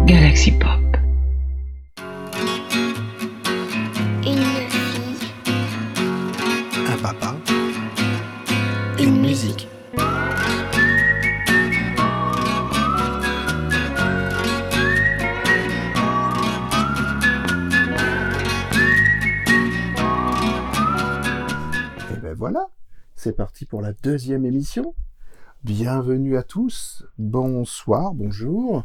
Galaxy Pop. Une fille, Un papa, une musique. Et ben voilà, c'est parti pour la deuxième émission. Bienvenue à tous, bonsoir, bonjour.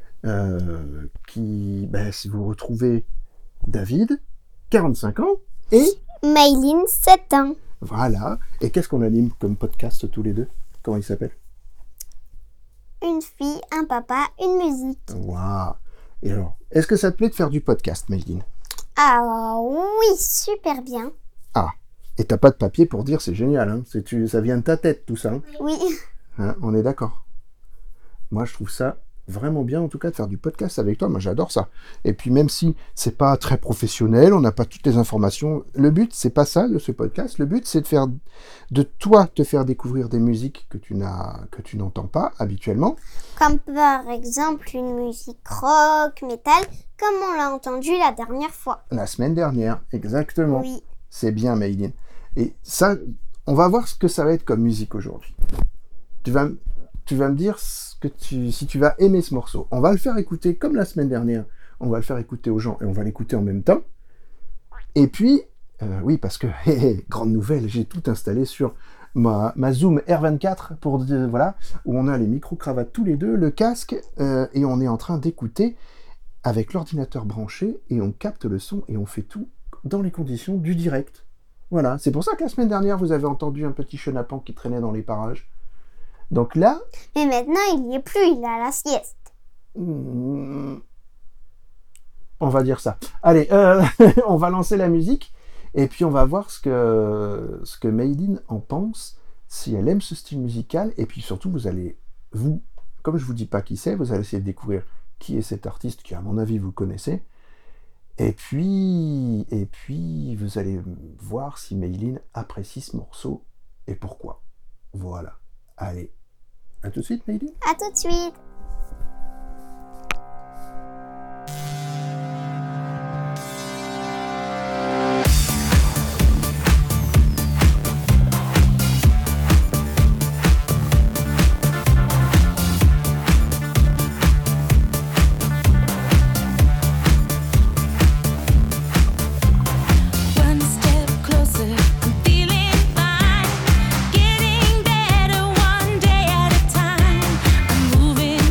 Si vous retrouvez David, 45 ans, et Mayline, 7 ans. voilà. Et qu'est-ce qu'on anime comme podcast tous les deux? Comment il s'appelle? Une fille, un papa, une musique. Waouh. Et alors, est-ce que ça te plaît de faire du podcast, Mayline? Ah oui, super bien. Ah, et t'as pas de papier pour dire c'est génial, hein? Ça vient de ta tête tout ça, hein? Oui. Hein, on est d'accord. Moi, je trouve ça vraiment bien, en tout cas, de faire du podcast avec toi. Moi, j'adore ça. Et puis, même si c'est pas très professionnel, on n'a pas toutes les informations. Le but, c'est pas ça de ce podcast. Le but, c'est de te faire découvrir des musiques que tu n'entends pas habituellement. Comme par exemple une musique rock, métal, comme on l'a entendu la dernière fois. La semaine dernière, exactement. Oui. C'est bien, Mayline. Et ça, on va voir ce que ça va être comme musique aujourd'hui. Tu vas me dire si tu vas aimer ce morceau. On va le faire écouter comme la semaine dernière. On va le faire écouter aux gens et on va l'écouter en même temps. Et puis, oui, parce que, grande nouvelle, j'ai tout installé sur ma Zoom R24 pour voilà, où on a les micro-cravates tous les deux, le casque, et on est en train d'écouter avec l'ordinateur branché et on capte le son et on fait tout dans les conditions du direct. Voilà, c'est pour ça que la semaine dernière, vous avez entendu un petit chenapan qui traînait dans les parages. Donc là... Mais maintenant, il n'y est plus, il est à la sieste. On va dire ça. Allez, on va lancer la musique et puis on va voir ce que Mayline en pense, si elle aime ce style musical. Et puis surtout, comme je vous dis pas qui c'est, vous allez essayer de découvrir qui est cet artiste qui, à mon avis, vous connaissez. Et puis vous allez voir si Mayline apprécie ce morceau et pourquoi. Voilà. Allez, à tout de suite, Mayline. À tout de suite. One step closer, I'm feeling fine. Getting better one day at a time. I'm moving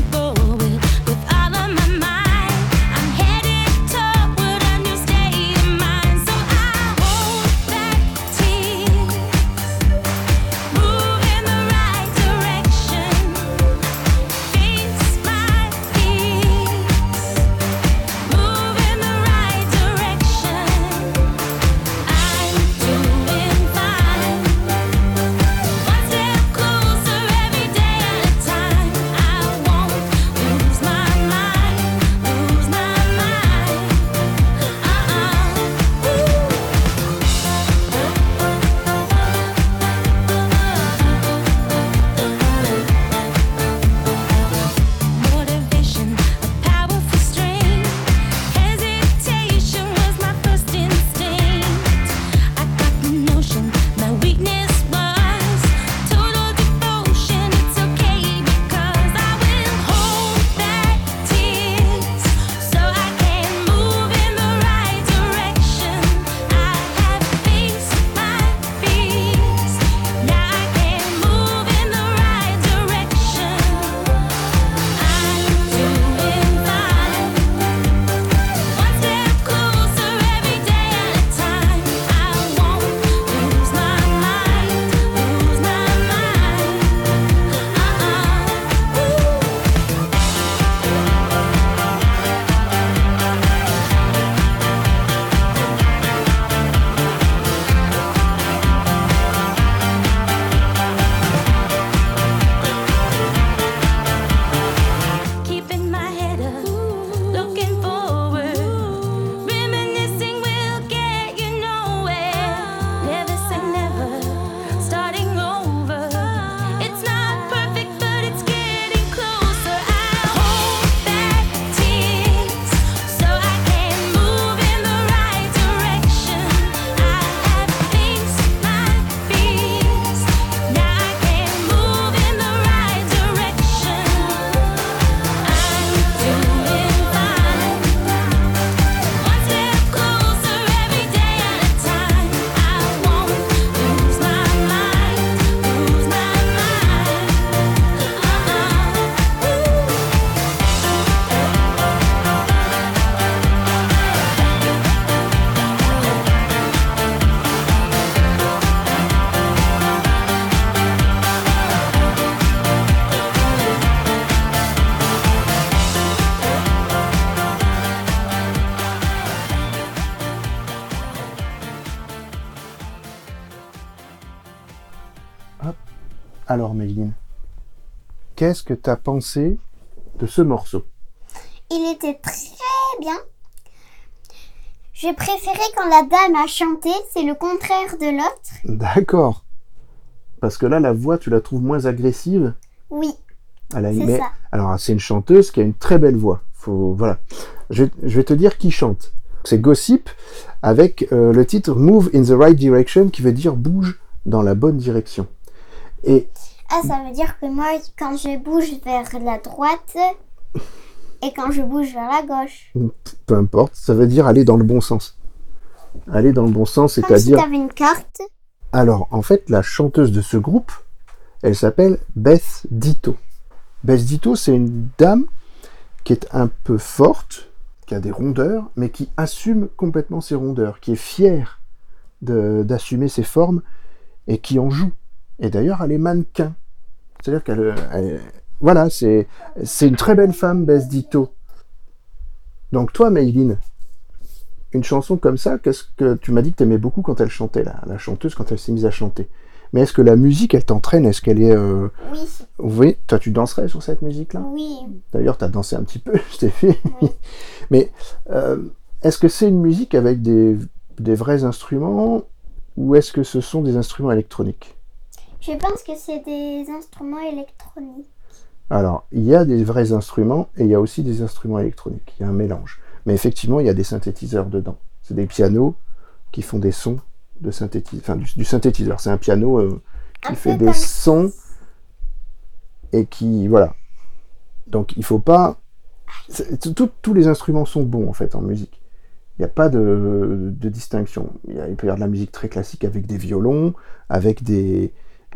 Alors, Mayline, qu'est-ce que tu as pensé de ce morceau? Il était très bien. J'ai préféré quand la dame a chanté, c'est le contraire de l'autre. D'accord. Parce que là, la voix, tu la trouves moins agressive. Oui, Elle a une- c'est mais- ça. Alors, c'est une chanteuse qui a une très belle voix. Voilà. Je vais te dire qui chante. C'est Gossip avec le titre Move in the Right Direction qui veut dire bouge dans la bonne direction. Et Ah, ça veut dire que moi, quand je bouge vers la droite et quand je bouge vers la gauche. peu importe, ça veut dire aller dans le bon sens. Aller dans le bon sens, Comme si c'est-à-dire... t'avais une carte. Alors, en fait, la chanteuse de ce groupe, elle s'appelle Beth Ditto. Beth Ditto, c'est une dame qui est un peu forte, qui a des rondeurs, mais qui assume complètement ses rondeurs, qui est fière d'assumer ses formes et qui en joue. Et d'ailleurs, elle est mannequin. C'est-à-dire voilà, c'est une très belle femme, Beth Ditto. Donc toi, Mayline, une chanson comme ça, qu'est-ce que tu m'as dit que tu aimais beaucoup quand elle chantait, la chanteuse, quand elle s'est mise à chanter. Mais est-ce que la musique, elle t'entraîne? Est-ce qu'elle est... Oui, Oui, toi, tu danserais sur cette musique-là? oui, D'ailleurs, tu as dansé un petit peu, je t'ai vu. oui. Mais est-ce que c'est une musique avec des vrais instruments ou est-ce que ce sont des instruments électroniques? Je pense que c'est des instruments électroniques. Alors, il y a des vrais instruments et il y a aussi des instruments électroniques. Il y a un mélange. Mais effectivement, il y a des synthétiseurs dedans. C'est des pianos qui font des sons de synthétiseur. Enfin, du synthétiseur. C'est un piano qui Un fait peu des comme- sons et qui... Voilà. Donc, il faut pas... Tous les instruments sont bons, en fait, en musique. Il n'y a pas de distinction. Il peut y avoir de la musique très classique avec des violons, avec de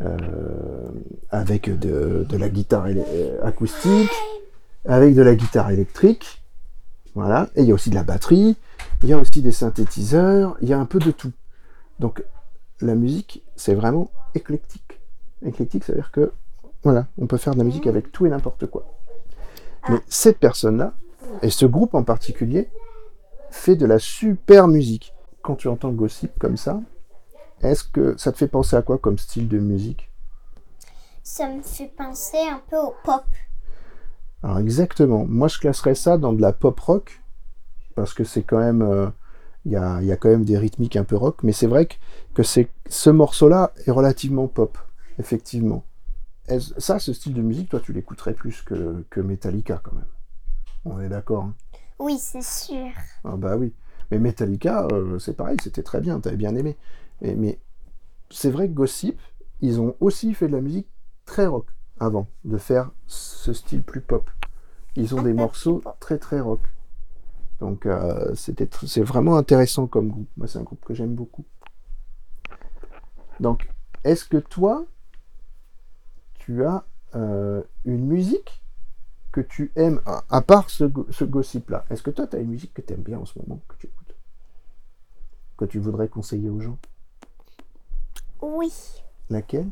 la guitare acoustique, avec de la guitare électrique. Voilà. Et il y a aussi de la batterie, il y a aussi des synthétiseurs, il y a un peu de tout. Donc, la musique, c'est vraiment éclectique. Éclectique, ça veut dire que, voilà, on peut faire de la musique avec tout et n'importe quoi. Mais cette personne-là, et ce groupe en particulier, fait de la super musique. Quand tu entends Gossip comme ça, est-ce que ça te fait penser à quoi comme style de musique? Ça me fait penser un peu au pop. Alors exactement, moi je classerais ça dans de la pop rock, parce que c'est quand même... il y a quand même des rythmiques un peu rock, mais c'est vrai que ce morceau-là est relativement pop, effectivement. Ça, ce style de musique, toi tu l'écouterais plus que Metallica quand même. On est d'accord, hein? Oui, c'est sûr. Ah bah oui. Mais Metallica, c'est pareil, c'était très bien, t'avais bien aimé. Mais c'est vrai que Gossip, ils ont aussi fait de la musique très rock avant de faire ce style plus pop. Ils ont Un des peu morceaux plus pop. très très rock. Donc c'est vraiment intéressant comme groupe. Moi, c'est un groupe que j'aime beaucoup. Donc, est-ce que toi, tu as une musique que tu aimes, à part ce Gossip-là? Est-ce que toi, tu as une musique que tu aimes bien en ce moment, que tu écoutes, que tu voudrais conseiller aux gens? Oui. Laquelle?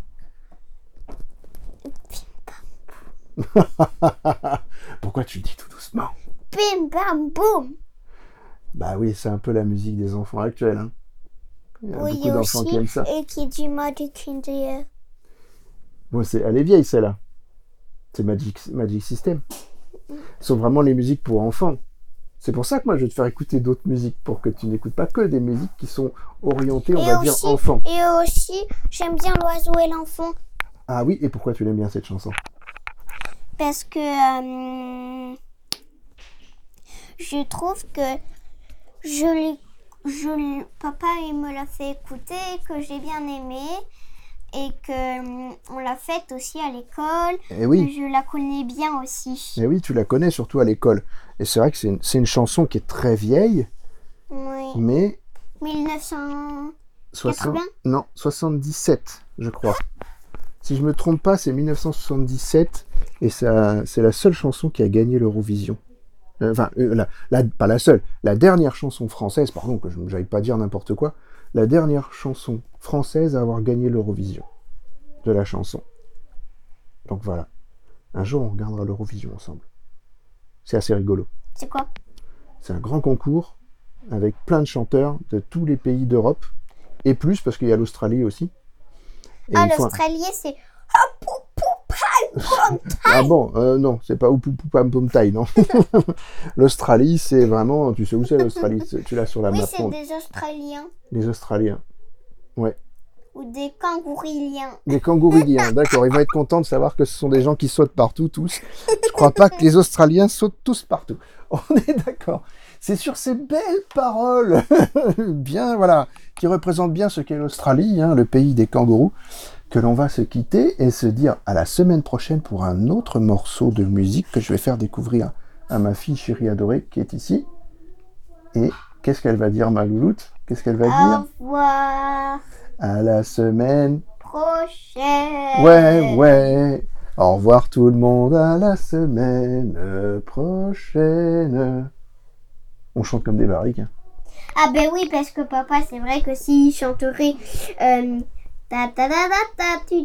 Pourquoi tu le dis tout doucement? Bim bam boum. Bah oui, c'est un peu la musique des enfants actuels, hein. Il y a Oui, beaucoup d'enfants aussi. qui aiment ça. Et qui dit Magic in the air. Bon, elle est vieille, celle-là. C'est Magic System. Ce sont vraiment les musiques pour enfants. C'est pour ça que moi, je vais te faire écouter d'autres musiques, pour que tu n'écoutes pas que des musiques qui sont orientées, on va dire, enfants. Et aussi, j'aime bien l'oiseau et l'enfant. Ah oui, et pourquoi tu l'aimes bien, cette chanson? Parce que je trouve que papa il me l'a fait écouter, que j'ai bien aimé et que on l'a faite aussi à l'école. Eh oui. Que je la connais bien aussi. Et oui, tu la connais surtout à l'école. Et c'est vrai que c'est une chanson qui est très vieille, Oui. mais 1900. 80? Non, 77, je crois. Si je me trompe pas, c'est 1977 et c'est la seule chanson qui a gagné l'Eurovision. Pas la seule, la dernière chanson française, pardon, que je n'aille pas dire n'importe quoi, la dernière chanson française à avoir gagné l'Eurovision de la chanson. Donc voilà. Un jour, on regardera l'Eurovision ensemble. C'est assez rigolo. C'est quoi? C'est un grand concours avec plein de chanteurs de tous les pays d'Europe et plus parce qu'il y a l'Australie aussi. Et Ah, ils font l'Australie, c'est Ah bon, non, c'est pas Oupoupam-Pomtaï, non. L'Australie, c'est vraiment... Tu sais où c'est l'Australie? Tu l'as sur la Oui, map. c'est des Australiens Les Australiens. Ouais. ou des kangouriliens. Des kangouriliens, d'accord. Ils vont être contents de savoir que ce sont des gens qui sautent partout, tous. Je crois pas que les Australiens sautent tous partout. On est d'accord. C'est sur ces belles paroles, bien, voilà, qui représentent bien ce qu'est l'Australie, hein, le pays des kangourous, que l'on va se quitter et se dire à la semaine prochaine pour un autre morceau de musique que je vais faire découvrir à ma fille chérie adorée qui est ici. Et qu'est-ce qu'elle va dire, ma louloute? Qu'est-ce qu'elle va dire? Au revoir. À la semaine Prochaine. Ouais. Au revoir tout le monde, à la semaine prochaine. On chante comme des barriques. Hein. Ah ben oui, parce que papa, c'est vrai que s'il chanterait ta ta ta ta ta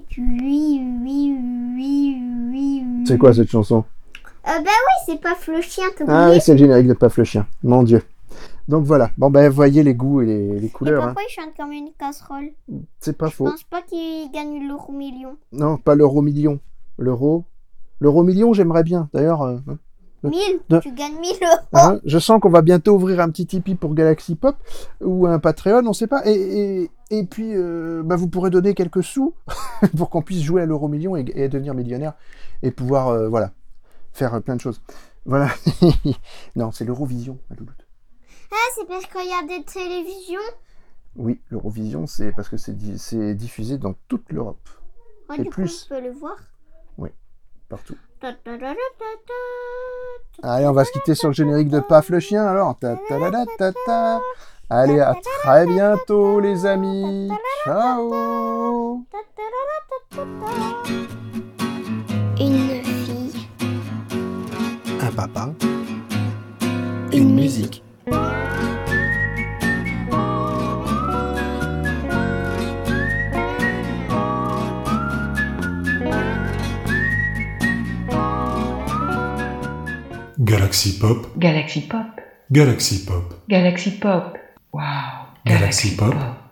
oui. C'est quoi cette chanson? Ben oui, c'est pas Flochien, t'as Ah oublié. oui, c'est le générique de Paf le chien. Mon Dieu. Donc voilà. Bon ben voyez les goûts et les Et couleurs. Hein. pourquoi il chante comme une casserole? C'est pas Je faux. pense pas qu'il gagne l'euro million. Non, pas l'euro million. L'euro million, j'aimerais bien. D'ailleurs, 1000, de- tu gagnes 1000 euros. hein, je sens qu'on va bientôt ouvrir un petit Tipeee pour Galaxy Pop ou un Patreon, on sait pas. Et puis, vous pourrez donner quelques sous pour qu'on puisse jouer à l'euro million et devenir millionnaire et pouvoir, voilà, faire plein de choses. Voilà. Non, c'est l'Eurovision, ma louloute. Ah, c'est parce qu'il y a des télévisions. Oui, l'Eurovision, c'est parce que c'est diffusé dans toute l'Europe. Ouais, Et du plus. coup, on peut le voir. Partout. Ta ta ta ta ta ta. Allez, on va se quitter sur le générique de Paf le chien, alors. Ta ta ta ta ta ta. Allez, à très bientôt, les amis. Ciao. Une fille. Un papa. Une musique. Galaxy Pop, Galaxy Pop. Galaxy Pop, Galaxy Pop. Wow. Galaxy Pop.